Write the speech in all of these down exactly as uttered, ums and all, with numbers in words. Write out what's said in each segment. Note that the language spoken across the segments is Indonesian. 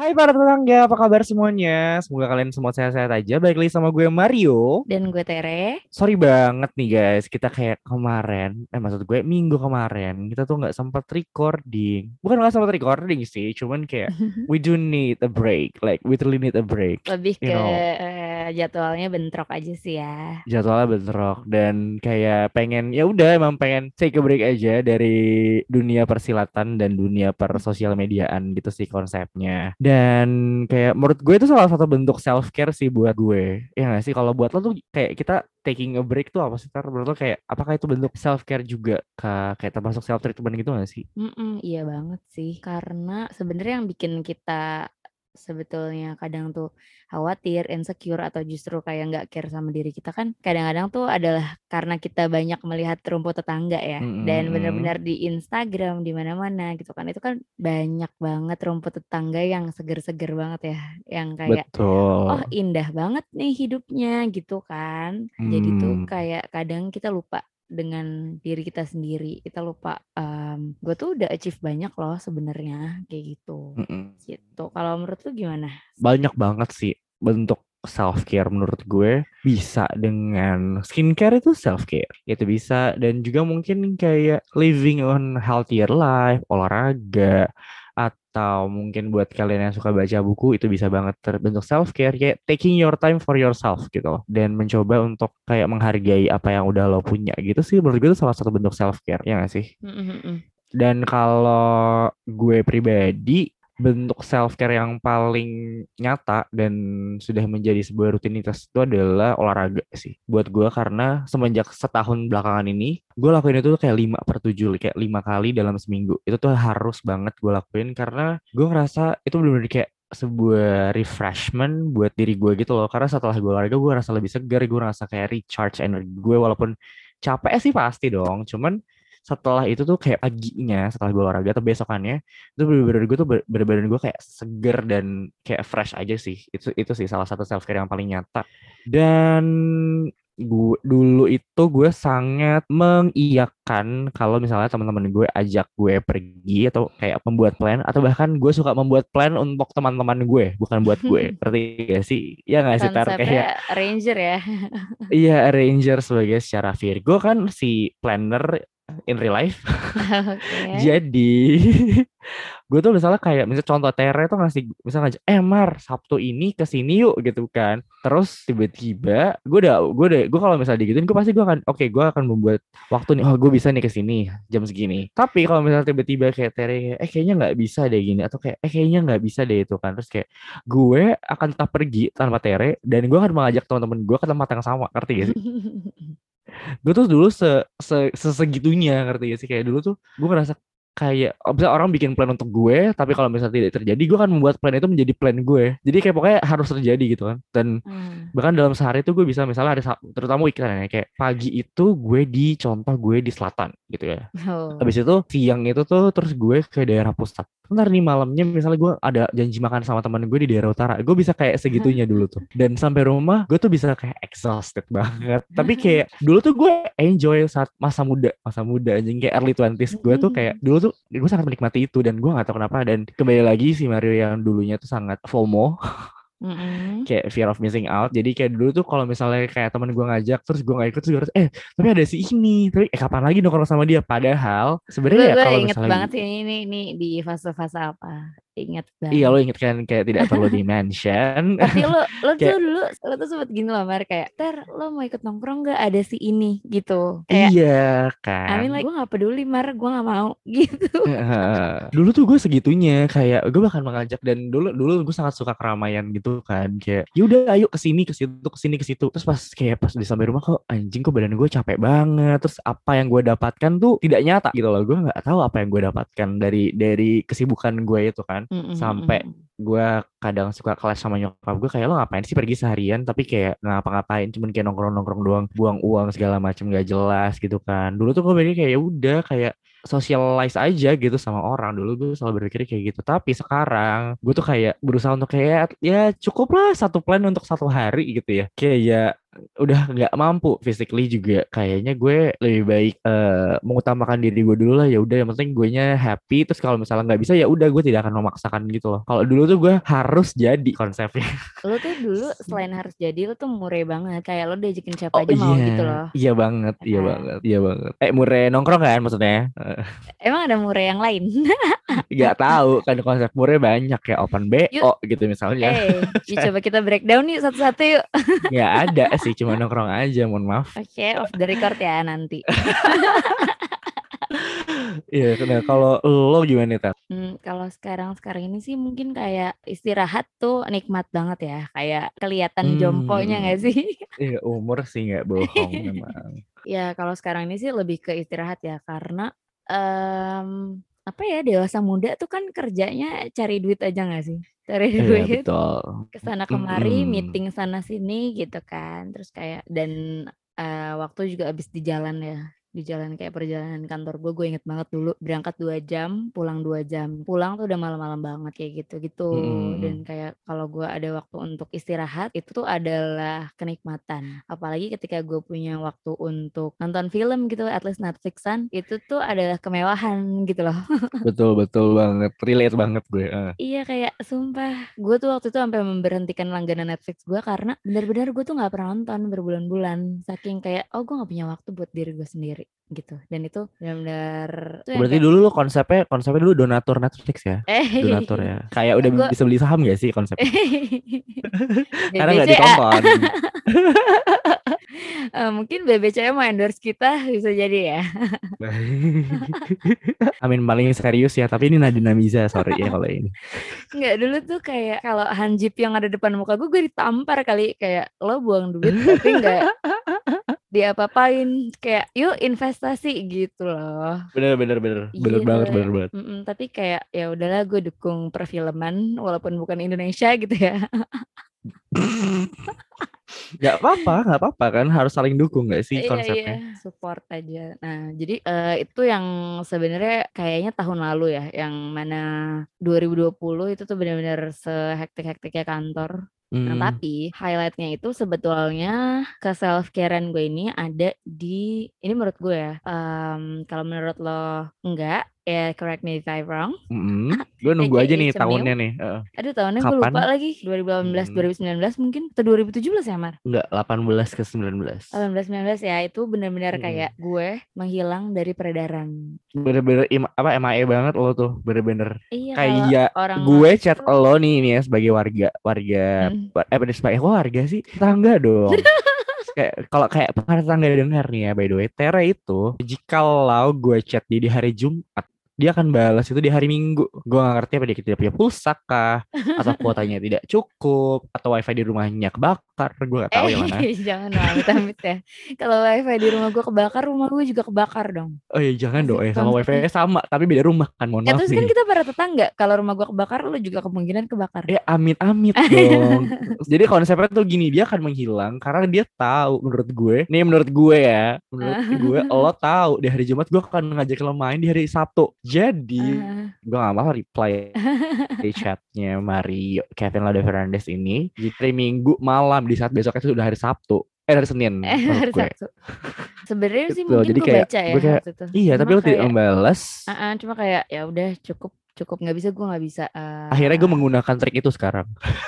Hai para tetangga, apa kabar semuanya? Semoga kalian semua sehat-sehat aja. Balik lagi sama gue Mario. Dan gue Tere. Sorry banget nih guys, kita kayak kemarin, eh maksud gue minggu kemarin, kita tuh nggak sempat recording. Bukan nggak sempat recording sih, cuman kayak we do need a break, like we really need a break, Lebih you ke know. eh, jadwalnya bentrok aja sih ya. Jadwalnya bentrok dan kayak pengen ya udah emang pengen take a break aja dari dunia persilatan dan dunia per sosial mediaan gitu sih konsepnya. Dan kayak menurut gue itu salah satu bentuk self care sih buat gue. Ya nggak sih kalau buat lo tuh kayak kita taking a break tuh apa sih? Tar? Menurut lo kayak apakah itu bentuk self care juga Kak? Kayak termasuk self treatment gitu nggak sih? Mm-mm, iya banget sih. Karena sebenarnya yang bikin kita sebetulnya kadang tuh khawatir, insecure atau justru kayak nggak care sama diri kita kan kadang-kadang tuh adalah karena kita banyak melihat rumput tetangga ya. Dan Mm-mm. benar-benar di Instagram di mana-mana gitu kan. Itu kan banyak banget rumput tetangga yang seger-seger banget ya. Yang kayak oh Betul. indah banget nih hidupnya gitu kan. Jadi tuh Hmm. kayak kadang kita lupa dengan diri kita sendiri. Kita lupa gue tuh udah achieve banyak loh sebenarnya kayak gitu. Mm-mm. Gitu. Kalau menurut lu gimana? Banyak banget sih bentuk self care menurut gue bisa dengan skincare itu self care itu bisa dan juga mungkin kayak living on healthier life olahraga atau mungkin buat kalian yang suka baca buku itu bisa banget terbentuk self care kayak taking your time for yourself gitu loh dan mencoba untuk kayak menghargai apa yang udah lo punya gitu sih menurut gue itu salah satu bentuk self care ya gak sih Mm-mm-mm. dan kalau gue pribadi, bentuk self care yang paling nyata dan sudah menjadi sebuah rutinitas itu adalah olahraga sih. Buat gue karena semenjak setahun belakangan ini, gue lakuin itu tuh kayak lima per tujuh, kayak lima kali dalam seminggu. Itu tuh harus banget gue lakuin karena gue ngerasa itu bener-bener kayak sebuah refreshment buat diri gue gitu loh. Karena setelah gue olahraga, gue ngerasa lebih segar, gue ngerasa kayak recharge energi gue walaupun capek sih pasti dong. Cuman setelah itu tuh kayak paginya setelah gue olahraga atau besokannya itu bener-bener gue tuh ber- bener-bener gue kayak seger dan kayak fresh aja sih itu itu sih salah satu self care yang paling nyata dan gue dulu itu gue sangat mengiyakan kalau misalnya teman-teman gue ajak gue pergi atau kayak membuat plan atau bahkan gue suka membuat plan untuk teman-teman gue bukan buat gue ngerti gak sih ya nggak sih tar kayak Konsepnya Ranger ya. iya arranger sebagai secara Virgo kan si planner in real life. Oke. Jadi gue tuh misalnya kayak misal contoh Tere tuh ngasih misalnya ngajak eh Mar Sabtu ini ke sini yuk gitu kan. Terus tiba-tiba gue udah gue udah gue kalau misalnya digituin gue pasti gue akan oke gue akan membuat waktu nih oh gue bisa nih ke sini jam segini. Tapi kalau misalnya tiba-tiba kayak Tere kayak, eh kayaknya nggak bisa deh gini atau kayak eh kayaknya nggak bisa deh itu kan terus kayak gue akan tetap pergi tanpa Tere dan gue akan mengajak teman-teman gue ke tempat yang sama ngerti gak sih? Gue tuh dulu se, se, sesegitunya ngerti gak sih kayak dulu tuh gue ngerasa kayak oh, misalnya orang bikin plan untuk gue tapi kalau misalnya tidak terjadi gue akan membuat plan itu menjadi plan gue jadi kayak pokoknya harus terjadi gitu kan dan Hmm. bahkan dalam sehari itu gue bisa misalnya ada sa- terutama weekend ya kayak pagi itu gue di contoh gue di selatan gitu ya Oh. habis itu siang itu tuh terus gue ke daerah pusat ntar nih malamnya misalnya gue ada janji makan sama teman gue di daerah utara gue bisa kayak segitunya dulu tuh dan sampai rumah gue tuh bisa kayak exhausted banget tapi kayak dulu tuh gue enjoy saat masa muda masa muda anjing kayak early twenties gue tuh kayak dulu tuh gue sangat menikmati itu dan gue gak tahu kenapa dan kembali lagi si Mario yang dulunya tuh sangat FOMO Mm-mm. kayak fear of missing out jadi kayak dulu tuh kalau misalnya kayak teman gue ngajak terus gue gak ikut terus gue harus eh tapi ada si ini tapi eh kapan lagi dong kalau sama dia padahal Gue sebenarnya ya gue kalau inget misalnya banget sih ini, ini, ini di fase-fase apa. Ingat iya lo banget. inget kan kayak tidak perlu di mention Tapi lo lo tuh kayak dulu lo tuh sempet gini loh Mar kayak Ter lo mau ikut nongkrong gak ada si ini gitu kayak iya I kan mean like gue gak peduli Mar gue gak mau gitu. Heeh. Dulu tuh gue segitunya kayak gue bahkan mengajak dan dulu dulu gue sangat suka keramaian gitu kan kayak yaudah ayo ke sini ke situ ke sini ke situ terus pas kayak pas di sampai rumah kok anjing kok badan gue capek banget terus apa yang gue dapatkan tuh tidak nyata gitu loh gue nggak tahu apa yang gue dapatkan dari dari kesibukan gue itu kan sampai Mm-mm-mm. gue kadang suka kelas sama nyokap gue kayak lo ngapain sih pergi seharian tapi kayak nggak ngapa-ngapain cuman kayak nongkrong-nongkrong doang buang uang segala macam gak jelas gitu kan dulu tuh gue pikir kayak ya udah kayak socialize aja gitu sama orang dulu gue selalu berpikir kayak gitu tapi sekarang gue tuh kayak berusaha untuk kayak ya cukup lah satu plan untuk satu hari gitu ya kayak ya udah nggak mampu physically juga, kayaknya gue lebih baik eh, mengutamakan diri gue dulu lah. Ya udah, yang penting gue nya happy. Terus kalau misalnya nggak bisa ya udah, gue tidak akan memaksakan gitu loh. Kalau dulu tuh gue harus jadi konsepnya. Lu tuh dulu selain harus jadi, lu tuh mure banget. Kayak lu diajakin siapa Oh aja iya, mau gitu loh. iya banget, Ya iya kan? banget, iya banget. Eh, mure nongkrong kan maksudnya? Eh, Emang ada mure yang lain? Nggak tahu kan, konsep mure banyak ya, open Yuk, B O gitu misalnya. eh, yuk coba kita breakdown yuk satu-satu yuk. Nggak ada sih, cuma nongkrong aja, mohon maaf. Oke, off the record ya nanti. Iya, nah kalau lo gimana nih, Tat? Hmm, kalau sekarang-sekarang ini sih mungkin kayak istirahat tuh nikmat banget ya. Kayak kelihatan jomponya Hmm, gak sih? iya umur sih nggak bohong memang. Ya kalau sekarang ini sih lebih ke istirahat ya. Karena em, apa ya, dewasa muda tuh kan kerjanya cari duit aja gak sih? Cari Iya duit, betul. kesana kemari, Mm-mm. meeting sana sini gitu kan. Terus kayak dan eh, waktu juga habis di jalan ya. Di jalan kayak perjalanan kantor gue, gue inget banget dulu berangkat dua jam, pulang dua jam. Pulang tuh udah malam-malam banget kayak gitu-gitu. Dan Mm-mm. kayak kalau gue ada waktu untuk istirahat, itu tuh adalah kenikmatan. Apalagi ketika gue punya waktu untuk nonton film gitu, at least Netflixan, itu tuh adalah kemewahan gitu loh. Betul betul banget, relate banget gue. Ah. Iya kayak sumpah, gue tuh waktu itu sampai memberhentikan langganan Netflix gue karena benar-benar gue tuh nggak pernah nonton berbulan-bulan, saking kayak oh gue nggak punya waktu buat diri gue sendiri gitu. Dan itu benar-benar tuh yang Berarti kayak dulu lo konsepnya konsepnya dulu donatur Netflix ya? Donatur eh ya. Kayak udah gue bisa beli saham gak sih konsepnya? Karena nggak B B C A. ditonton. Eh, mungkin B B C A mau endorse kita bisa jadi ya. Amin paling serius ya, tapi ini Nadine Amiza, sorry ya kalau ini. Nggak, dulu tuh kayak kalau Hanjip yang ada depan muka gue, gue ditampar kali. Kayak lo buang duit tapi nggak diapa-apain. Kayak yuk investasi gitu loh. Bener bener bener bener Iya, banget, bener banget. mm-mm, tapi kayak ya udahlah gue dukung perfilman walaupun bukan Indonesia gitu ya. Nggak apa-apa, nggak apa-apa kan, harus saling dukung nggak sih Iya iya, konsepnya? support aja. Nah, jadi eh, itu yang sebenarnya kayaknya tahun lalu ya, yang mana dua ribu dua puluh itu tuh benar-benar sehektik-hektiknya kantor. Nah, Hmm, tapi highlightnya itu sebetulnya ke self carean gue ini ada di ini menurut gue ya. Em, kalau menurut lo enggak, ya correct me if I'm wrong. mm Gue nunggu aja A K A nih tahunnya Cemil. nih. Eh, Aduh tahunnya gue kapan? lupa lagi. dua ribu delapan belas, Hmm, dua ribu sembilan belas mungkin atau dua ribu tujuh belas ya, Mar? Enggak, delapan belas ke sembilan belas. delapan belas sembilan belas ya, itu benar-benar Mm-mm. kayak gue menghilang dari peredaran. Bener-bener im- apa M I A banget lo tuh, bener-bener Iya kalau kayak gue orang-orang chat tuh lo nih nih ya, sebagai warga warga mm. eh bener, sebagai kok warga sih, tetangga dong. Kayak kalau kayak para tetangga dengar nih ya, by the way, Tere itu jikalau gue chat dia di hari Jumat, dia akan balas itu di hari Minggu. Gue gak ngerti apa dia tidak punya pulsa kah, atau kuotanya tidak cukup, atau wifi di rumahnya kebakar. Gue gak tahu Eh yang mana. jangan dong amit-amit ya. Kalau wifi di rumah gue kebakar, rumah gue juga kebakar dong. Oh iya jangan dong, Masih eh sama konsepnya. wifi-nya sama tapi beda rumah kan, mohon Eh maaf terus kan nih. kita para tetangga. Kalau rumah gue kebakar, lu juga kemungkinan kebakar. Ya amit-amit dong. Jadi konsepnya tuh gini, dia akan menghilang karena dia tahu, menurut gue, nih menurut gue ya, menurut gue, lo tahu di hari Jumat gue akan ngajak lo main di hari Sabtu. Jadi gue gak mau reply di chatnya Mario Kevin Lado Fernandez ini. Jadi hari Minggu malam di saat besoknya itu udah hari Sabtu. Eh hari Senin Eh maksud hari gue. Sabtu. Sebenarnya sih Gitu. mungkin Jadi gue kayak baca ya gue kayak waktu itu. iya, tapi Cuma lo tidak kayak, membalas. uh-uh, cuma kayak ya udah cukup cukup nggak bisa gue nggak bisa. Akhirnya gue eh menggunakan trik itu sekarang.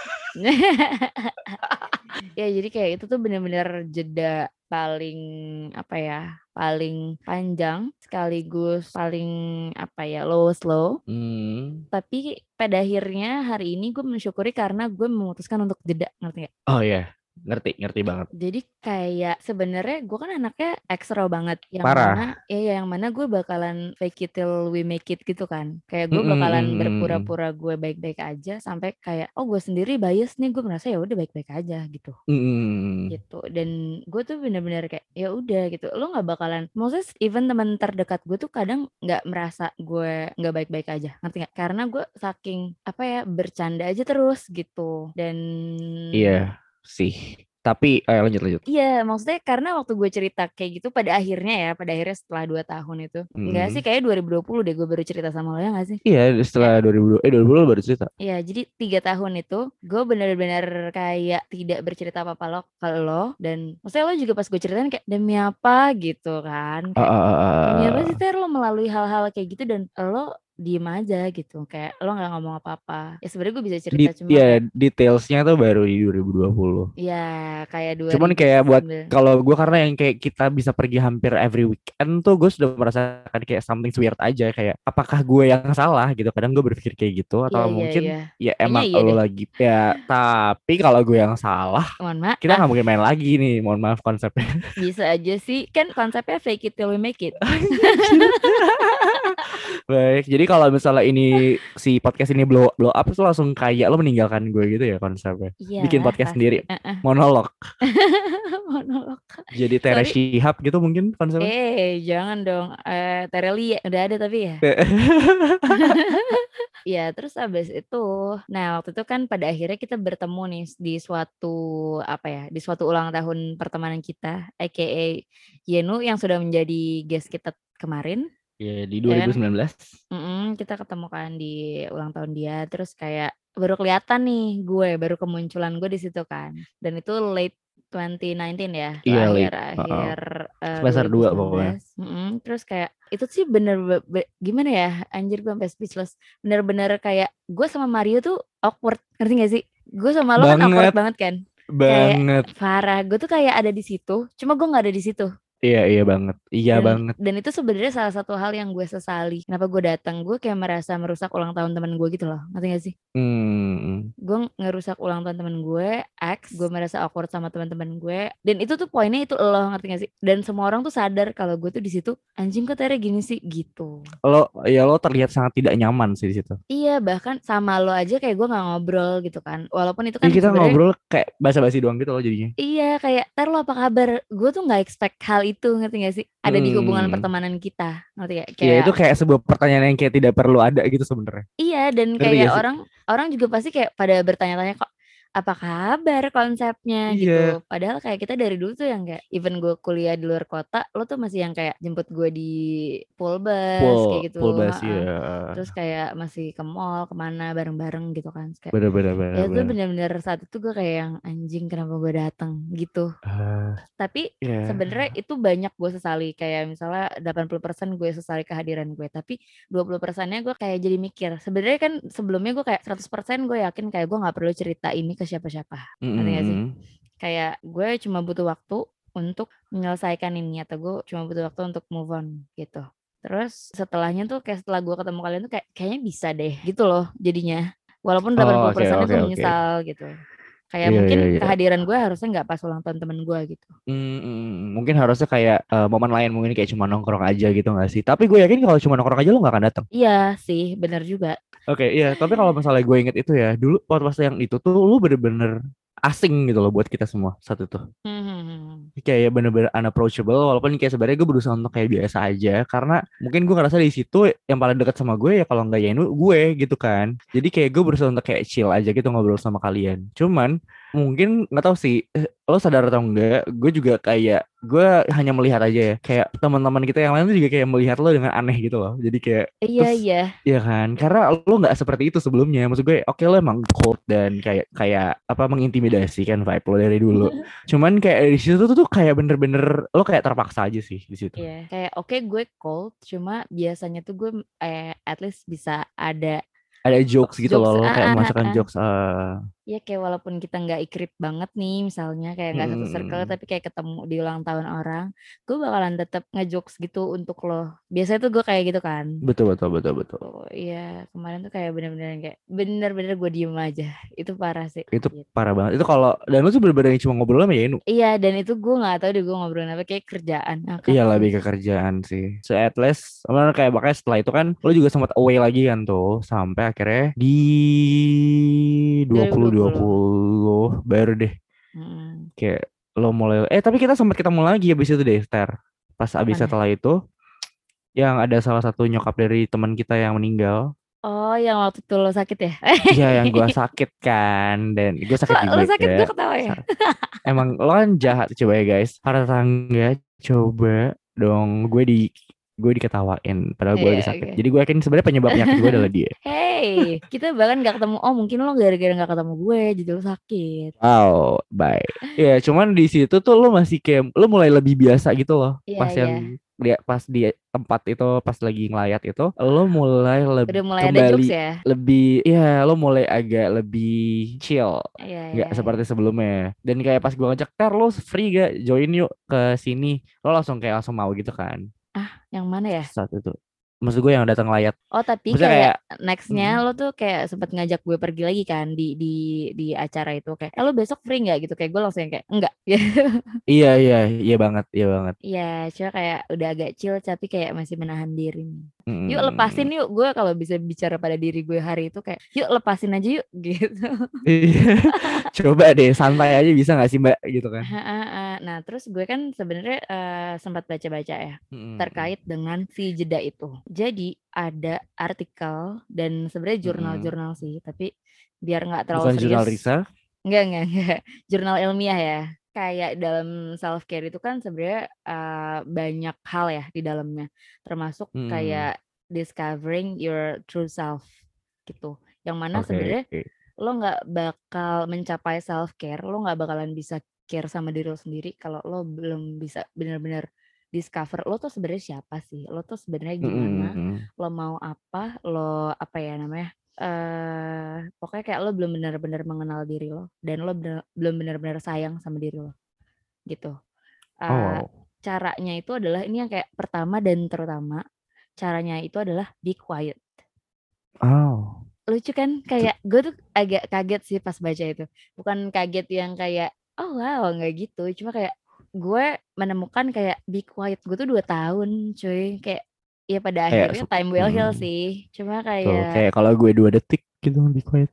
Ya jadi kayak itu tuh bener-bener jeda paling apa ya, paling panjang sekaligus paling apa ya, lowest low. Hmm. Tapi pada akhirnya hari ini gue mensyukuri karena gue memutuskan untuk jeda, ngerti gak? Oh iya, ngerti, ngerti banget. Jadi kayak sebenarnya gue kan anaknya ekstra banget, yang mana Parah. ya ya, yang mana gue bakalan fake it till we make it gitu kan. Kayak gue Mm-mm, bakalan mm-mm, mm-mm. berpura-pura gue baik-baik aja sampai kayak oh gue sendiri bias nih, gue merasa ya udah baik-baik aja gitu. Mm-mm. Gitu. Dan gue tuh bener-bener kayak ya udah gitu, lo nggak bakalan, maksudnya even teman terdekat gue tuh kadang nggak merasa gue nggak baik-baik aja, ngerti nggak, karena gue saking apa ya, bercanda aja terus gitu. Dan Iya sih. Tapi eh, lanjut lanjut. Iya, maksudnya karena waktu gue cerita kayak gitu pada akhirnya ya, pada akhirnya setelah dua tahun itu. Enggak sih, Hmm. kayaknya dua ribu dua puluh deh gue baru cerita sama lo ya gak sih? Iya Kayak, setelah dua ribu eh dua ribu lo baru cerita. iya, jadi tiga tahun itu gue bener-bener kayak tidak bercerita apa-apa lo ke lo. Dan maksudnya lo juga pas gue ceritain kayak demi apa gitu kan. Ah, Kayak ah, ah, demi apa sih ah. Ter lo melalui hal-hal kayak gitu dan lo diem aja gitu. Kayak lo gak ngomong apa-apa. Ya sebenarnya gue bisa Di, cerita cuma ya kayak detailsnya tuh baru di dua ribu dua puluh. ya kayak Cuman kayak buat dua ribu sembilan. kalau gue karena yang kayak kita bisa pergi hampir every weekend tuh gue sudah merasakan kayak something weird aja kayak apakah gue yang salah gitu kadang gue berpikir kayak gitu Iya, atau iya, iya. mungkin ya Kayaknya emang iya lo deh. lagi ya tapi kalau gue yang salah Mohon kita nggak maaf. mungkin main lagi nih mohon maaf konsepnya. Bisa aja sih. Kan konsepnya fake it till we make it. Anjir. Baik jadi kalau misalnya ini si podcast ini blow blow up terus langsung kayak lo meninggalkan gue gitu ya konsepnya bikin Iyalah podcast pasti. sendiri Heeh. monolog Monolog. jadi Tere Sorry. Shihab gitu mungkin konsepnya. Eh, jangan dong. Eh, Terelie udah ada tapi ya. Ya, terus abis itu, nah waktu itu kan pada akhirnya kita bertemu nih di suatu apa ya, di suatu ulang tahun pertemanan kita, aka Yenu yang sudah menjadi guest kita kemarin, Ya di ya kan? dua ribu sembilan belas. Mm-mm, kita ketemu kan di ulang tahun dia, terus kayak baru kelihatan nih gue, baru kemunculan gue di situ kan, dan itu late dua ribu sembilan belas ya, tuh Iya late. Uh-uh. akhir-akhir eh, Semester dua pokoknya. dua ribu sembilan belas. Mm-mm, terus kayak itu sih bener be- be- gimana ya, anjir gue sampai speechless, bener-bener kayak gue sama Mario tuh awkward, ngerti gak sih? Gue sama lo kan awkward Banget, banget kan, kayak banget. parah. Gue tuh kayak ada di situ, cuma gue nggak ada di situ. Iya, iya banget. Iya dan banget. dan itu sebenarnya salah satu hal yang gue sesali, kenapa gue datang, gue kayak merasa merusak ulang tahun teman gue gitu loh, ngerti gak sih? Hmm. Gue ngerusak ulang tahun temen gue, X, gue merasa awkward sama teman-teman gue, dan itu tuh poinnya itu lo, ngerti gak sih? Dan semua orang tuh sadar kalau gue tuh di situ, anjing kok Tere gini sih gitu. Lo ya lo terlihat sangat tidak nyaman sih di situ. Iya, bahkan sama lo aja kayak gue nggak ngobrol gitu kan, walaupun itu Iya kan kita sebenarnya ngobrol kayak basa-basi doang gitu loh jadinya. iya kayak Ter lo apa kabar, gue tuh nggak expect hal itu, ngerti gak sih? Ada di hubungan Hmm. pertemanan kita, ngerti gak? Iya Kayak itu kayak sebuah pertanyaan yang kayak tidak perlu ada gitu sebenarnya. iya, dan Ngerti kayak gak sih? orang orang juga pasti kayak pada bertanya-tanya kok apa kabar konsepnya Iya. gitu. Padahal kayak kita dari dulu tuh yang kayak even gue kuliah di luar kota, lo tuh masih yang kayak jemput gue di pool bus Full kayak full gitu, bus heeh. ya. Terus kayak masih ke mall kemana bareng-bareng gitu kan. Terus kayak Bener-bener ya itu bener-bener. bener-bener saat itu gue kayak yang anjing kenapa gue datang gitu. Ah, Tapi ya. sebenarnya itu banyak gue sesali, kayak misalnya delapan puluh persen gue sesali kehadiran gue, tapi dua puluh persennya gue kayak jadi mikir. Sebenarnya kan sebelumnya gue kayak seratus persen gue yakin kayak gue nggak perlu cerita ini ke siapa-siapa. Ngerti gak sih? Mm-mm. Kayak gue cuma butuh waktu untuk menyelesaikan ini, atau gue cuma butuh waktu untuk move on gitu. Terus setelahnya tuh kayak setelah gue ketemu kalian tuh kayak kayaknya bisa deh gitu loh jadinya. Walaupun Oh, delapan puluh oke persennya oke gue oke. menyesal gitu. Kayak Iya iya mungkin iya. kehadiran gue harusnya nggak pas ulang tahun temen gue gitu. Hmm, hmm, hmm. Mungkin harusnya kayak eh, momen lain mungkin kayak cuma nongkrong aja gitu nggak sih? Tapi gue yakin kalau cuma nongkrong aja lo nggak akan datang. Iya sih, benar juga. Oke, iya. Tapi kalau misalnya gue inget itu ya, dulu waktu pas yang itu tuh lu bener-bener asing gitu loh buat kita semua saat itu. Hmm. Kayak bener-bener unapproachable. Walaupun kayak sebenarnya gue berusaha untuk kayak biasa aja, karena mungkin gue ngerasa di situ yang paling dekat sama gue ya kalau nggak Yenu gue gitu kan. Jadi kayak gue berusaha untuk kayak chill aja gitu ngobrol sama kalian. Cuman mungkin nggak tahu sih eh, lo sadar atau enggak gue juga kayak gue hanya melihat aja ya kayak teman-teman kita yang lain tuh juga kayak melihat lo dengan aneh gitu loh jadi kayak Iya, terus iya. ya kan karena lo nggak seperti itu sebelumnya maksud gue oke lo emang cold dan kayak kayak apa mengintimidasi kan vibe lo dari dulu cuman kayak di situ tuh, tuh kayak bener-bener lo kayak terpaksa aja sih di situ Iya, kayak oke gue cold, cuma biasanya tuh gue eh at least bisa ada ada jokes gitu jokes. loh lo kayak Ah, ah, memasukkan ah. jokes eh Ya kayak walaupun kita nggak ikrip banget nih, misalnya kayak nggak satu circle, mm, tapi kayak ketemu di ulang tahun orang, gue bakalan tetap ngejokes gitu untuk lo. Biasanya tuh gue kayak gitu kan. betul betul betul betul Oh iya, kemarin tuh kayak bener-bener yang kayak bener-bener gue diem aja. Itu parah sih. itu Gitu. parah banget itu kalau dan lo tuh bener-bener cuma ngobrol sama Yenu. Iya, dan itu gue nggak tahu deh gue ngobrolin apa, kayak kerjaan akak Iya sih. lebih ke kerjaan sih. So at least, bener kayak makanya setelah itu kan lo juga sempat away lagi kan tuh sampai akhirnya di dua ribu dua dua ribu dua puluh. puluh baru deh Hmm. kayak lo mulai eh tapi kita sempat ketemu lagi habis itu deh Ter. Pas abis Mana? setelah itu yang ada salah satu nyokap dari teman kita yang meninggal. Oh, yang waktu itu lo sakit ya? Iya yang gue sakit kan, dan gue sakit Kok lo sakit gue juga. ketawa ya? Sa- Emang lo kan jahat, coba ya guys. Para tetangga coba dong gue di gue diketawain padahal gue Iya, lagi sakit. oke. Jadi gue yakin sebenarnya penyebab penyakit gue adalah dia. Hey, kita bahkan gak ketemu. Oh, mungkin lo gara-gara gak ketemu gue, jadi lo sakit. Wow, baik. Ya, cuman di situ tuh lo masih kayak lo mulai lebih biasa gitu loh. Iya, Pas iya. yang dia pas di tempat itu, pas lagi ngelayat itu, lo mulai Udah lebih mulai ada kembali jokes ya? lebih, ya lo mulai agak lebih chill, Iya, iya, nggak seperti iya. sebelumnya. Dan kayak pas gue ngajak, Ter lo free gak join yuk ke sini, lo langsung kayak langsung mau gitu kan Ah, yang mana ya? saat itu. Maksud gue yang datang layat, Oh, tapi maksudnya kayak kayak nextnya mm, lo tuh kayak sempat ngajak gue pergi lagi kan di di di acara itu kayak, eh lo besok free nggak gitu? Kayak gue langsung yang kayak enggak. iya iya iya banget iya banget. Iya, cuma kayak udah agak chill tapi kayak masih menahan diri nih. Yuk lepasin Mm. yuk, gue kalau bisa bicara pada diri gue hari itu kayak, yuk lepasin aja yuk gitu. Iya. Coba deh santai aja bisa nggak sih Mbak gitu kan. Heeh. Nah, terus gue kan sebenarnya eh, sempat baca-baca ya Mm-mm. terkait dengan si jeda itu. Jadi ada artikel dan sebenarnya Mm-mm. jurnal-jurnal sih, tapi biar nggak terlalu Bukan jurnal serius, Risa. enggak enggak enggak, jurnal ilmiah ya. Kayak dalam self care itu kan sebenarnya eh, banyak hal ya di dalamnya, termasuk Mm-mm. kayak discovering your true self gitu. Yang mana Oke. sebenarnya lo nggak bakal mencapai self care, lo nggak bakalan bisa care sama diri lo sendiri kalau lo belum bisa benar-benar discover lo tuh sebenarnya siapa sih, lo tuh sebenarnya gimana, Mm-mm. lo mau apa, lo apa ya namanya, eh pokoknya kayak lo belum benar-benar mengenal diri lo dan lo bener- belum benar-benar sayang sama diri lo gitu. Oh Eh, wow. caranya itu adalah ini yang kayak pertama dan terutama caranya itu adalah be quiet. Oh. Lucu kan? T- Kayak gue tuh agak kaget sih pas baca itu. Bukan kaget yang kayak, oh wow, nggak gitu. Cuma kayak gue menemukan kayak be quiet. Gue tuh dua tahun cuy. Kayak ya pada Kayak akhirnya se- time will heal mm, sih. Cuma tuh kayak kayak kalau gue dua detik gitu be quiet.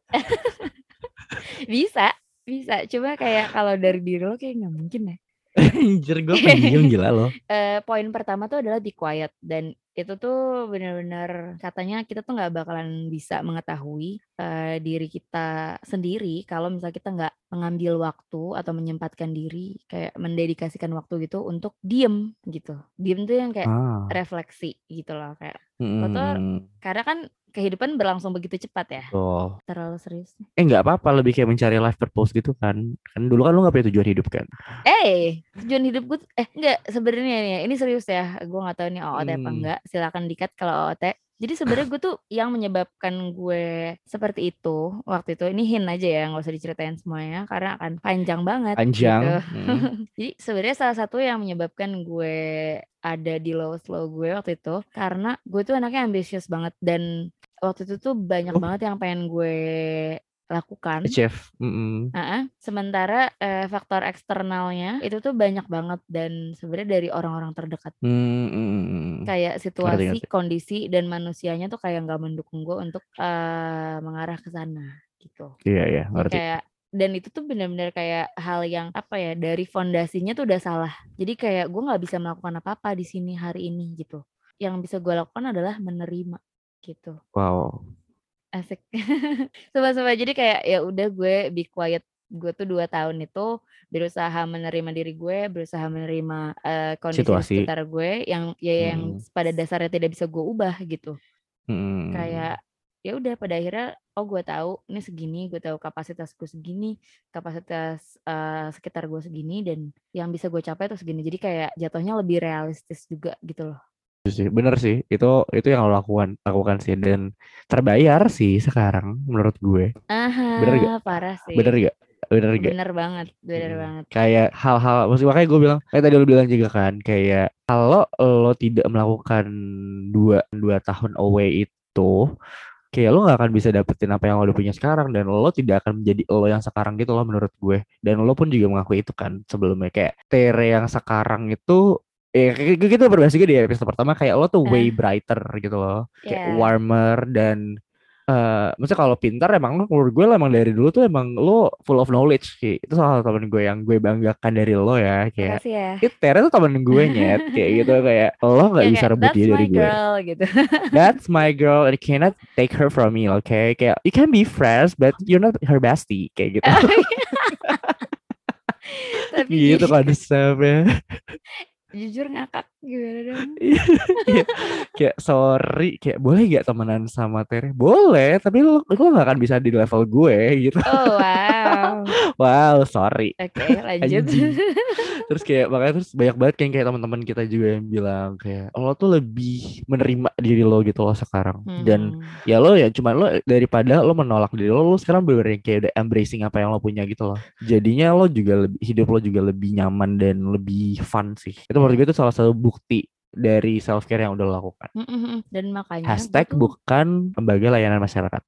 bisa, bisa. Cuma kayak kalau dari diri lo kayak nggak mungkin ya. Anjir gue pendiam gila loh. Eh, poin pertama tuh adalah be quiet dan itu tuh benar-benar katanya kita tuh nggak bakalan bisa mengetahui eh, diri kita sendiri kalau misalnya kita nggak mengambil waktu atau menyempatkan diri kayak mendedikasikan waktu gitu untuk diem gitu. Diem tuh yang kayak Ah. refleksi gitu loh kayak lo tuh Mm-mm. karena kan kehidupan berlangsung begitu cepat ya. Betul. Terlalu serius. Eh nggak apa-apa, lebih kayak mencari life purpose gitu kan. Kan dulu kan lu nggak punya tujuan hidup kan. Eh, tujuan hidup gue tuh- eh enggak sebenarnya nih, ini serius ya. Gue nggak tahu nih O O T apa Hmm. enggak. Silakan dikat kalau O O T. Jadi sebenarnya gue tuh yang menyebabkan gue seperti itu waktu itu ini hint aja ya, nggak usah diceritain semuanya karena akan panjang banget gitu. Panjang. Mm. Jadi sebenarnya salah satu yang menyebabkan gue ada di lowest low gue waktu itu karena gue tuh anaknya ambisius banget dan waktu itu tuh banyak Oh, banget yang pengen gue lakukan. chef. Mm-mm. Heeh, sementara, eee, faktor eksternalnya itu tuh banyak banget dan sebenarnya dari orang-orang terdekat. Hmm, mm, mm. Kayak Ngerti situasi, ngerti. kondisi, dan manusianya tuh kayak nggak mendukung gue untuk, eee, mengarah ke sana, gitu. Iya iya Jadi ngerti. kayak dan itu tuh benar-benar kayak hal yang, apa ya, dari fondasinya tuh udah salah. Jadi kayak gue nggak bisa melakukan apa-apa di sini hari ini, gitu. Yang bisa gue lakukan adalah menerima, gitu. Wow. Asik. Sumpah-sumpah jadi kayak ya udah gue be quiet. Gue tuh dua tahun itu berusaha menerima diri gue, berusaha menerima, eee, kondisi di Situasi. sekitar gue yang ya yang Mm, pada dasarnya tidak bisa gue ubah gitu. mm. Kayak ya udah pada akhirnya, oh gue tahu ini segini, gue tahu kapasitas gue segini, kapasitas, eee, sekitar gue segini dan yang bisa gue capai tuh segini. Jadi kayak jatuhnya lebih realistis juga gitu loh. Itu sih, bener sih. Itu itu yang lo lakukan lakukan sih dan terbayar sih sekarang menurut gue. Bener gak? Aha, parah sih. Bener gak? Bener gak? Bener banget, bener Mm. banget. Kayak hal-hal, maksud makanya gue bilang, kayak tadi lo bilang juga kan, kayak kalau lo tidak melakukan dua dua tahun away itu, kayak lo nggak akan bisa dapetin apa yang lo udah punya sekarang dan lo tidak akan menjadi lo yang sekarang gitu loh menurut gue. Dan lo pun juga mengakui itu kan sebelumnya, kayak Tere yang sekarang itu eh kayak kayak gitu berbahasa juga di episode pertama, kayak lo tuh way Eh, brighter gitu loh, kayak ya. warmer dan eh maksudnya kalau pintar emang lo, menurut gue lo emang dari dulu tuh emang lo full of knowledge Ki. Itu salah satu temen gue yang gue banggakan dari lo ya, kayak Makasih ya. itu Tera tuh temen gue nyet kayak gitu, kayak lo nggak Ya bisa kayak rebut that's dia dari my gue. girl gitu. That's my girl and you cannot take her from me, okay? Kayak you can be friends but you're not her bestie kayak gitu. Tapi Gitu gini, konsepnya. jujur ngakak gimana dong? Iya, iya. Kayak sorry, kayak boleh gak temenan sama Tere? Boleh, tapi lo lo gak akan bisa di level gue gitu. Oh wow. Wow, sorry. Oke, lanjut. Anjing. Terus kayak makanya terus banyak banget kayak kayak teman-teman kita juga yang bilang kayak lo tuh lebih menerima diri lo gitu loh sekarang. Dan Hmm. ya lo ya cuman lo daripada lo menolak diri lo, lo sekarang bener yang kayak udah embracing apa yang lo punya gitu loh. Jadinya lo juga lebih, hidup lo juga lebih nyaman dan lebih fun sih. Itu menurut Ya. gue itu salah satu bukti dari self care yang udah lo lakukan. Mm-mm. Dan makanya gue Hashtag tuh, bukan lembaga layanan masyarakat.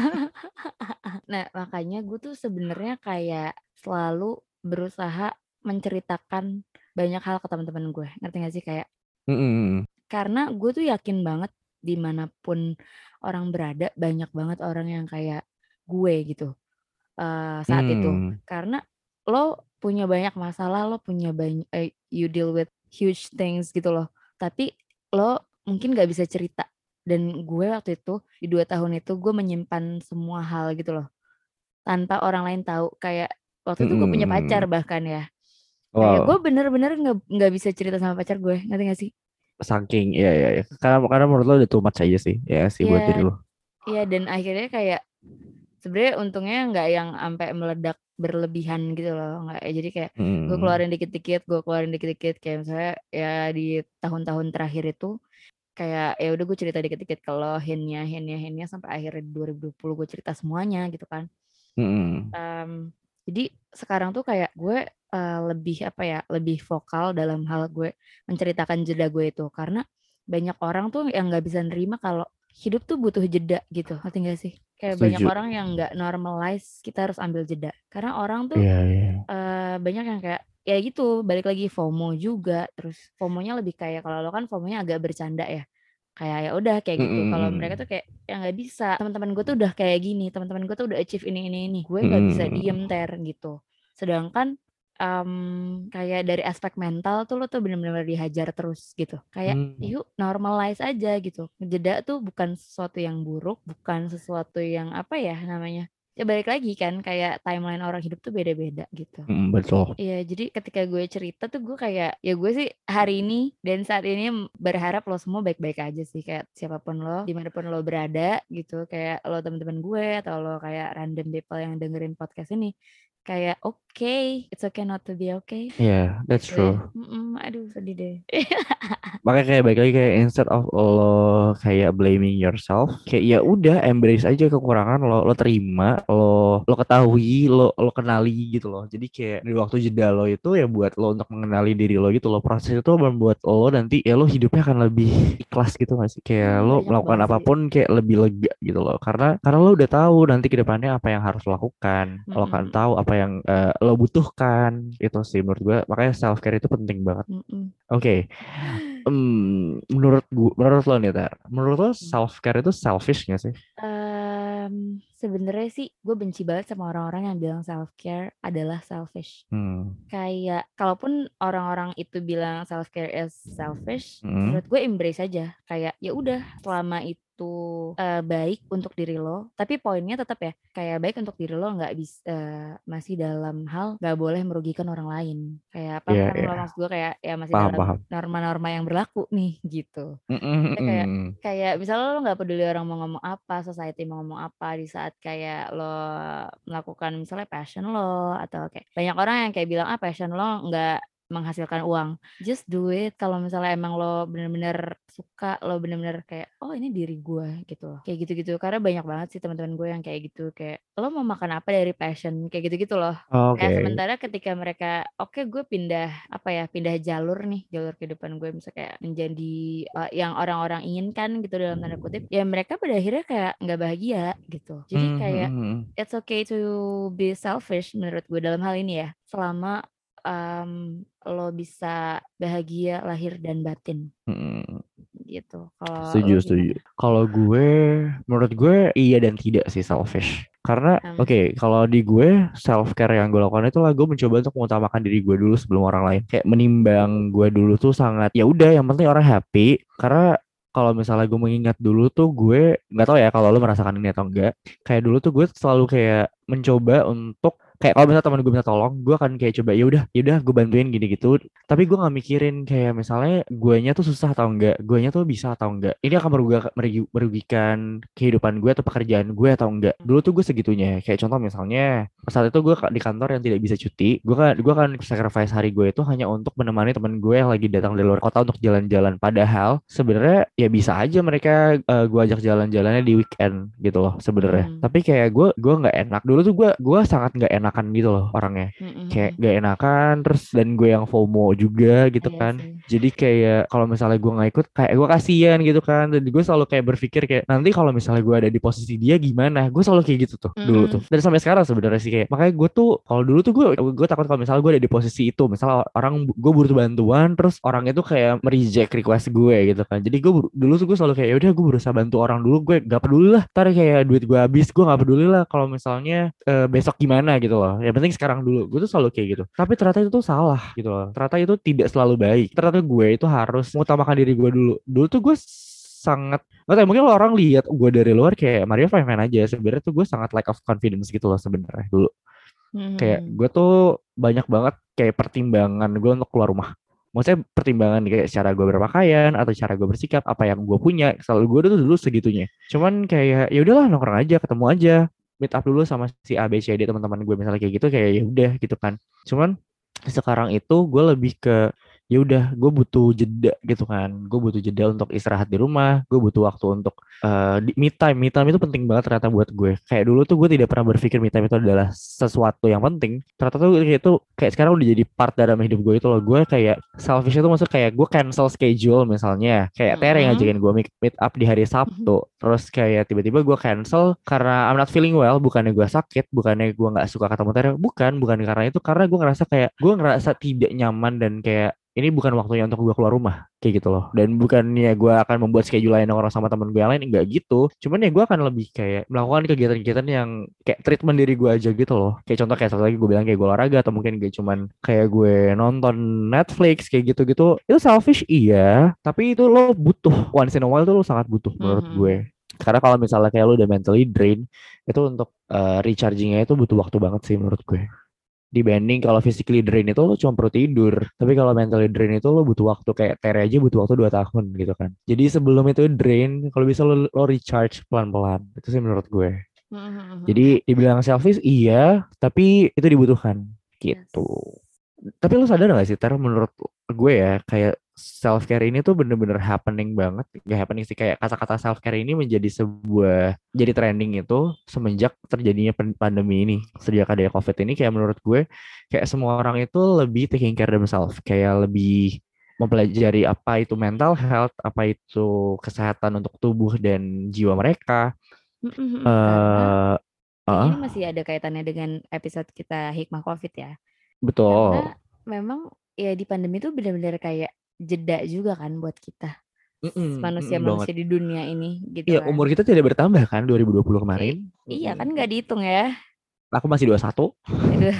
nah makanya gue tuh sebenarnya kayak selalu berusaha menceritakan banyak hal ke teman-teman gue, ngerti gak sih kayak Mm-mm. karena gue tuh yakin banget dimanapun orang berada banyak banget orang yang kayak gue gitu eh, saat itu, Mm. karena lo punya banyak masalah, lo punya banyak eh, you deal with huge things gitu loh, tapi lo mungkin gak bisa cerita, dan gue waktu itu di dua tahun itu gue menyimpan semua hal gitu loh tanpa orang lain tahu, kayak waktu itu gue punya pacar Mm-mm. bahkan ya, kayak gue Wow. bener-bener nggak nggak bisa cerita sama pacar gue, ngerti gak sih? Saking ya ya ya. Karena karena menurut lo udah too much aja sih. Ya sih buat diri Iya, lo. iya, dan akhirnya kayak sebenarnya untungnya nggak yang sampai meledak berlebihan gitu loh, nggak ya, jadi kayak gue Hmm. keluarin dikit-dikit, gue keluarin dikit-dikit, kayak misalnya ya di tahun-tahun terakhir itu kayak ya udah gue cerita dikit-dikit ke lo, hintnya hintnya hintnya sampai akhirnya dua ribu dua puluh gue cerita semuanya gitu kan. Hmm. Em, jadi sekarang tuh kayak gue eh, lebih apa ya, lebih vokal dalam hal gue menceritakan jeda gue itu, karena banyak orang tuh yang nggak bisa nerima kalau hidup tuh butuh jeda gitu, ngerti gak sih? Kayak banyak Setuju. orang yang nggak normalize kita harus ambil jeda, karena orang tuh Iya iya. eh, banyak yang kayak ya gitu, balik lagi FOMO juga, terus FOMO-nya lebih kayak kalau lo kan FOMO-nya agak bercanda ya, kayak ya udah kayak gitu, kalau mereka tuh Hmm. kayak ya nggak bisa, teman-teman gue tuh udah kayak gini, teman-teman gue tuh udah achieve ini ini ini, gue nggak bisa Hmm. diem ter gitu, sedangkan em, kayak dari aspek mental tuh lo tuh bener-bener dihajar terus gitu, kayak Hmm. yuk normalize aja gitu, jeda tuh bukan sesuatu yang buruk, bukan sesuatu yang apa ya namanya, ya balik lagi kan kayak timeline orang hidup tuh beda-beda gitu. Hmm, betul. Iya, jadi ketika gue cerita tuh gue kayak, ya gue sih hari ini dan saat ini berharap lo semua baik-baik aja sih, kayak siapapun lo, dimanapun lo berada gitu, kayak lo teman-teman gue atau lo kayak random people yang dengerin podcast ini, kayak oke, it's okay not to be okay, Iya, that's gitu ya. true. Mm-mm, aduh sedih deh. Makanya kayak baik lagi kayak instead of lo kayak blaming yourself, kayak ya udah embrace aja kekurangan lo, lo terima, lo lo ketahui, lo lo kenali gitu loh. Jadi kayak di waktu jeda lo itu ya buat lo untuk mengenali diri lo gitu loh. Proses itu membuat lo nanti ya lo hidupnya akan lebih ikhlas gitu gak sih? Kayak Hmm, lo banyak melakukan banget sih. apapun kayak lebih lega gitu loh. Karena karena lo udah tahu nanti ke depannya apa yang harus lo lakukan. Lo akan Mm-mm, tahu apa yang eh, lo butuhkan. Itu sih menurut gue. Makanya self care itu penting banget. mm-mm. Oke. Hmm, menurut gua, menurut lo nih, Tar, menurut lo self care itu selfish gak sih? Em, sebenarnya sih gue benci banget sama orang-orang yang bilang self care adalah selfish. Hmm. Kayak kalaupun orang-orang itu bilang self care is selfish, Hmm. menurut gue embrace aja. Kayak ya udah, selama itu eh, baik untuk diri lo, tapi poinnya tetap ya kayak baik untuk diri lo, nggak bisa masih dalam hal nggak boleh merugikan orang lain. Kayak paham Iya, kan lo, iya. maksud gue kayak ya masih Paham, dalam paham. norma-norma yang berlaku nih gitu. Mm-mm, Ya kayak mm-mm. kayak misalnya lo nggak peduli orang mau ngomong apa, society mau ngomong apa di saat kayak lo melakukan misalnya passion lo, atau kayak banyak orang yang kayak bilang ah passion lo nggak menghasilkan uang, just do it kalau misalnya emang lo bener-bener suka, lo bener-bener kayak oh ini diri gue gitu loh, kayak gitu-gitu, karena banyak banget sih teman-teman gue yang kayak gitu, kayak lo mau makan apa dari passion, kayak gitu-gitu loh. Kayak Oke. sementara ketika mereka oke gue pindah apa ya, pindah jalur nih, jalur kehidupan gue misalnya kayak menjadi uh, yang orang-orang inginkan gitu dalam tanda kutip, ya mereka pada akhirnya kayak nggak bahagia gitu. Jadi Hmm, hmm, kayak hmm, it's okay to be selfish menurut gue dalam hal ini ya, selama um, lo bisa bahagia lahir dan batin hmm. gitu. Kalau Setuju, lo setuju. gimana? Kalau gue, menurut gue iya dan tidak sih selfish. Karena, Um, oke, kalau di gue self care yang gue lakukan itu lah gue mencoba untuk mengutamakan diri gue dulu sebelum orang lain. Kayak menimbang gue dulu tuh sangat, ya udah, yang penting orang happy. Karena kalau misalnya gue mengingat dulu tuh gue nggak tahu ya kalau lo merasakan ini atau enggak. Kayak dulu tuh gue selalu kayak mencoba untuk kayak kalau misalnya teman gue minta tolong, gue akan kayak coba ya udah, ya udah gue bantuin gini gitu. Tapi gue nggak mikirin kayak misalnya guanya tuh susah atau enggak, guanya tuh bisa atau enggak. Ini akan merugikan, merugikan kehidupan gue atau pekerjaan gue atau enggak. Dulu tuh gue segitunya. Kayak contoh misalnya, saat itu gue di kantor yang tidak bisa cuti, gue kan gue kan sacrifice hari gue itu hanya untuk menemani teman gue yang lagi datang dari luar kota untuk jalan-jalan. Padahal sebenarnya ya bisa aja mereka uh, gue ajak jalan-jalannya di weekend gitu loh sebenarnya. mm, Tapi kayak gue gue nggak enak. Dulu tuh gue gue sangat nggak enakan gitu loh orangnya, mm, mm, kayak mm. gak enakan terus, dan gue yang FOMO juga gitu Iya kan. sih. Jadi kayak kalau misalnya gue nggak ikut kayak gue kasihan gitu kan, dan gue selalu kayak berpikir kayak nanti kalau misalnya gue ada di posisi dia gimana, gue selalu kayak gitu tuh dulu tuh, Mm-mm. dan sampai sekarang sebenarnya sih. Kayak makanya gue tuh kalau dulu tuh gue gue takut kalau misalnya gue ada di posisi itu, misalnya orang gue butuh bantuan terus orang itu kayak mereject request gue gitu kan. Jadi gue dulu tuh gue selalu kayak ya udah gue berusaha bantu orang dulu, gue gak peduli lah ntar kayak duit gue habis, gue gak peduli lah kalau misalnya eh, besok gimana gitu loh, yang penting sekarang dulu. Gue tuh selalu kayak gitu, tapi ternyata itu tuh salah gitu loh, ternyata itu tidak selalu baik. Ternyata gue itu harus mengutamakan diri gue dulu. Dulu tuh gue sangat, nggak tahu, mungkin lo orang lihat gue dari luar kayak Mario fine fine aja, sebenarnya tuh gue sangat lack of confidence gitu loh sebenarnya dulu. Kayak Mm-mm. gue tuh banyak banget kayak pertimbangan gue untuk keluar rumah. Maksudnya pertimbangan kayak cara gue berpakaian atau cara gue bersikap, apa yang gue punya, selalu gue tuh dulu segitunya. Cuman kayak ya udahlah, nongkrong aja, ketemu aja, meet up dulu sama si A B C D teman-teman gue misalnya kayak gitu, kayak ya udah gitu kan. Cuman sekarang itu gue lebih ke ya udah, gue butuh jeda gitu kan, gue butuh jeda untuk istirahat di rumah, gue butuh waktu untuk uh, di, me time. Me time itu penting banget ternyata buat gue. Kayak dulu tuh gue tidak pernah berpikir me time itu adalah sesuatu yang penting. Ternyata tuh kayak itu kayak sekarang udah jadi part dalam hidup gue itu loh. Gue kayak selfish itu maksud kayak gue cancel schedule misalnya. Kayak Tere Mm-mm. ngajakin gue meet, meet up di hari Sabtu. Terus kayak tiba-tiba gue cancel karena I'm not feeling well. Bukannya gue sakit, bukannya gue nggak suka ketemu Tere. Bukan, bukan karena itu. Karena gue ngerasa kayak gue ngerasa tidak nyaman dan kayak ini bukan waktunya untuk gue keluar rumah kayak gitu loh. Dan bukannya gue akan membuat schedule lain orang sama temen gue yang lain, enggak gitu. Cuman ya gue akan lebih kayak melakukan kegiatan-kegiatan yang kayak treatment diri gue aja gitu loh. Kayak contoh kayak satu lagi gue bilang kayak gue olahraga, atau mungkin kayak cuman kayak gue nonton Netflix kayak gitu-gitu. Itu selfish iya, tapi itu lo butuh once in a while, tuh lo sangat butuh menurut gue. Mhm. Karena kalau misalnya kayak lo udah mentally drain, itu untuk uh, rechargingnya itu butuh waktu banget sih menurut gue. Dibanding kalau physically drain itu lo cuma perlu tidur. Tapi kalau mentally drain itu lo butuh waktu, kayak Tere aja butuh waktu dua tahun gitu kan. Jadi sebelum itu drain, kalau bisa lo, lo recharge pelan-pelan. Itu sih menurut gue. Mhm. Jadi dibilang selfish iya, tapi itu dibutuhkan gitu. Yes. Tapi lu sadar gak sih, Ter, menurut gue ya, kayak self care ini tuh bener-bener happening banget. Gak happening sih, kayak kata-kata self care ini menjadi sebuah, jadi trending itu semenjak terjadinya pen- pandemi ini. Sejak ada COVID ini, kayak menurut gue kayak semua orang itu lebih taking care themselves, kayak lebih mempelajari apa itu mental health, apa itu kesehatan untuk tubuh dan jiwa mereka. Mhm, mhm. Karena eh kayaknya ah, ini masih ada kaitannya dengan episode kita hikmah COVID ya. Karena betul. memang ya di pandemi itu benar-benar kayak jeda juga kan buat kita Mm-mm, mm-mm banget. manusia-manusia di dunia ini gitu Iya, umur kan. kita tidak bertambah kan dua ribu dua puluh kemarin. I- iya kan Mm-mm. nggak dihitung ya. Aku masih dua puluh satu. Aduh.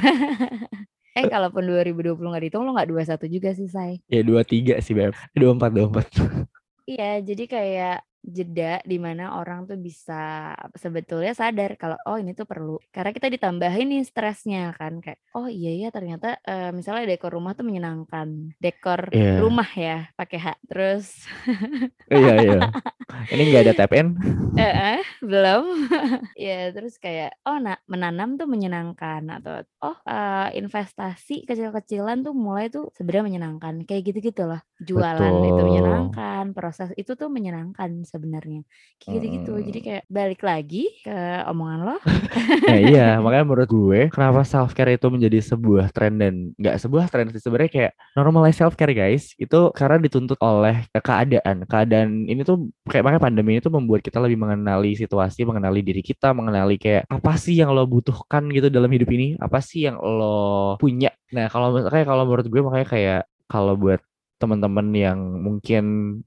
Eh kalaupun dua ribu dua puluh nggak dihitung lo nggak dua puluh satu juga sih Say. Ya dua puluh tiga sih, Beb. dua puluh empat, dua puluh empat. Iya, jadi kayak jeda di mana orang tuh bisa sebetulnya sadar kalau oh ini tuh perlu. Karena kita ditambahin nih stresnya kan kayak oh iya ya ternyata eh, misalnya dekor rumah tuh menyenangkan. Dekor Iya, rumah ya pakai H. Terus iya, iya. Ini nggak ada tap in. eh, eh, belum. Ya terus kayak oh nah menanam tuh menyenangkan atau oh eh, investasi kecil-kecilan tuh mulai tuh sebenarnya menyenangkan. Kayak gitu-gitu loh. Jualan itu Betul. menyenangkan, proses itu tuh menyenangkan sebenarnya. Kayak gitu-gitu. Jadi Mm. kayak balik lagi ke omongan lo. Nah iya, makanya menurut gue kenapa self care itu menjadi sebuah tren, dan nggak sebuah tren sih sebenarnya, kayak normalize self care guys. Itu karena dituntut oleh keadaan. Keadaan ini tuh kayak, makanya pandemi ini tuh membuat kita lebih mengenali situasi, mengenali diri kita, mengenali kayak apa sih yang lo butuhkan gitu dalam hidup ini, apa sih yang lo punya. Nah kalau kayak kalau menurut gue makanya kayak kalau buat teman-teman yang mungkin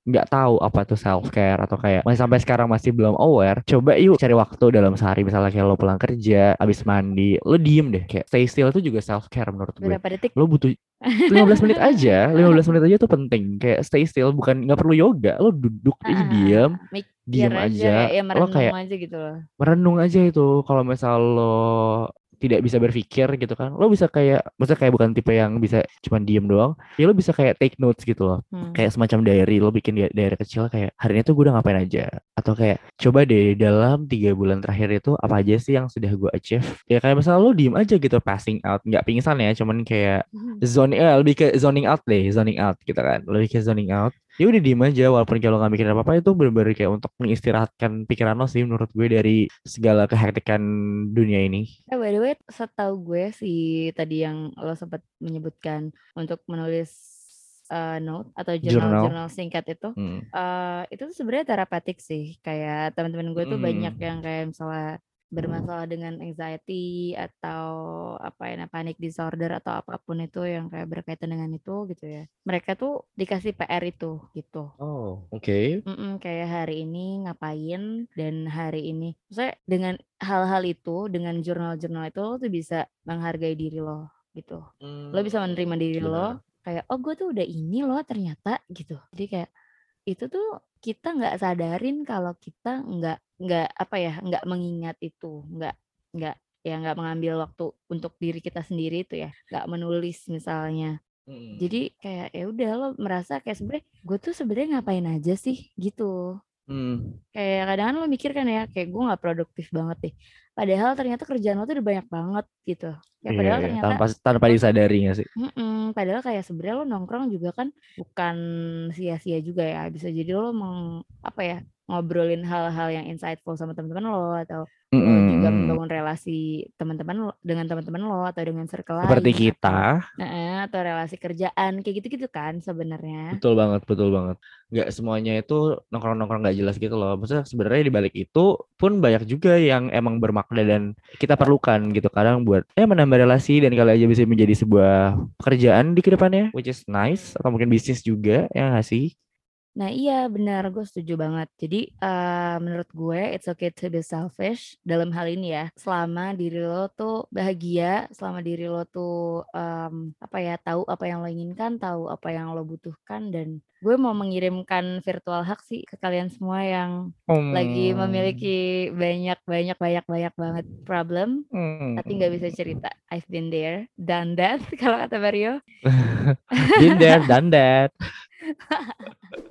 nggak tahu apa tuh self care atau kayak masih sampai sekarang masih belum aware, coba yuk cari waktu dalam sehari misalnya kayak lo pulang kerja, abis mandi, lo diem deh kayak stay still itu juga self care menurut gue. Berapa detik? Lo butuh lima belas menit aja, lima belas menit aja tuh penting. Kayak stay still bukan nggak perlu yoga, lo duduk Ah, aja ah, ah, diem, ah. Mikir diem aja aja, kayak ya lo merenung kayak aja gitu loh. merenung aja itu. Kalau misal lo tidak bisa berpikir gitu kan, lo bisa kayak, maksudnya kayak bukan tipe yang bisa cuman diem doang, ya lo bisa kayak take notes gitu loh, Hmm. kayak semacam diary, lo bikin di- diary kecil kayak hari ini tuh gue udah ngapain aja, atau kayak coba deh dalam tiga bulan terakhir itu apa aja sih yang sudah gue achieve, ya kayak misalnya lo diem aja gitu passing out, nggak pingsan ya, cuman kayak zone, eh, lebih ke zoning out deh, zoning out gitu kan, lebih ke zoning out. Ya udah diem aja walaupun kalau nggak mikirin apa-apa, itu bener-bener kayak untuk mengistirahatkan pikiran lo sih menurut gue dari segala kehektikan dunia ini. Eh, by the way, setahu gue sih tadi yang lo sempat menyebutkan untuk menulis uh, note atau Jurnal. jurnal-jurnal singkat itu, Hmm. uh, itu tuh sebenarnya terapeutik sih. Kayak teman-teman gue tuh banyak Hmm. yang kayak misalnya bermasalah dengan anxiety atau apa ya, panic disorder atau apapun itu yang kayak berkaitan dengan itu gitu ya. Mereka tuh dikasih P R itu gitu. Oh, oke. Mm-mm, kayak hari ini ngapain dan hari ini, maksudnya dengan hal-hal itu, dengan jurnal-jurnal itu lo tuh bisa menghargai diri lo gitu. Lo bisa menerima Hmm, diri lo benar. kayak oh gue tuh udah ini loh ternyata gitu. Jadi kayak itu tuh kita nggak sadarin kalau kita nggak nggak apa ya nggak mengingat itu, nggak nggak ya nggak mengambil waktu untuk diri kita sendiri itu ya, nggak menulis misalnya. Hmm. Jadi kayak ya udah lo merasa kayak sebenarnya gue tuh sebenarnya ngapain aja sih gitu. Hmm. Kayak kadang kan lo mikir kan ya kayak gue nggak produktif banget deh. Padahal ternyata kerjaan lo tuh udah banyak banget gitu. Ya Iya, padahal iya. ternyata Tanpa tanpa lo tuh disadari nggak sih? mm-mm, padahal kayak sebenarnya lo nongkrong juga kan bukan sia-sia juga ya. Bisa jadi lo meng, apa ya ngobrolin hal-hal yang insightful sama teman-teman lo atau lo juga Mm-mm. membangun relasi teman-teman lo dengan teman-teman lo atau dengan circle Seperti lain kita. atau nah, atau relasi kerjaan kayak gitu-gitu kan sebenarnya. Betul banget, betul banget. Nggak semuanya itu nongkrong-nongkrong nggak jelas gitu loh. Maksudnya sebenarnya di balik itu pun banyak juga yang emang bermakna dan kita perlukan gitu. Kadang buat ya menambah relasi dan kali aja bisa menjadi sebuah pekerjaan di kedepannya, which is nice. Atau mungkin bisnis juga, ya nggak sih? Nah iya benar, gue setuju banget. Jadi eh, menurut gue it's okay to be selfish dalam hal ini ya. Selama diri lo tuh bahagia, selama diri lo tuh em, apa ya tahu apa yang lo inginkan, tahu apa yang lo butuhkan dan gue mau mengirimkan virtual hug sih ke kalian semua yang lagi Hmm. memiliki banyak banyak banyak banyak banget problem Hmm. tapi nggak bisa cerita. I've been there, done that kalau kata Mario. Been there, done that.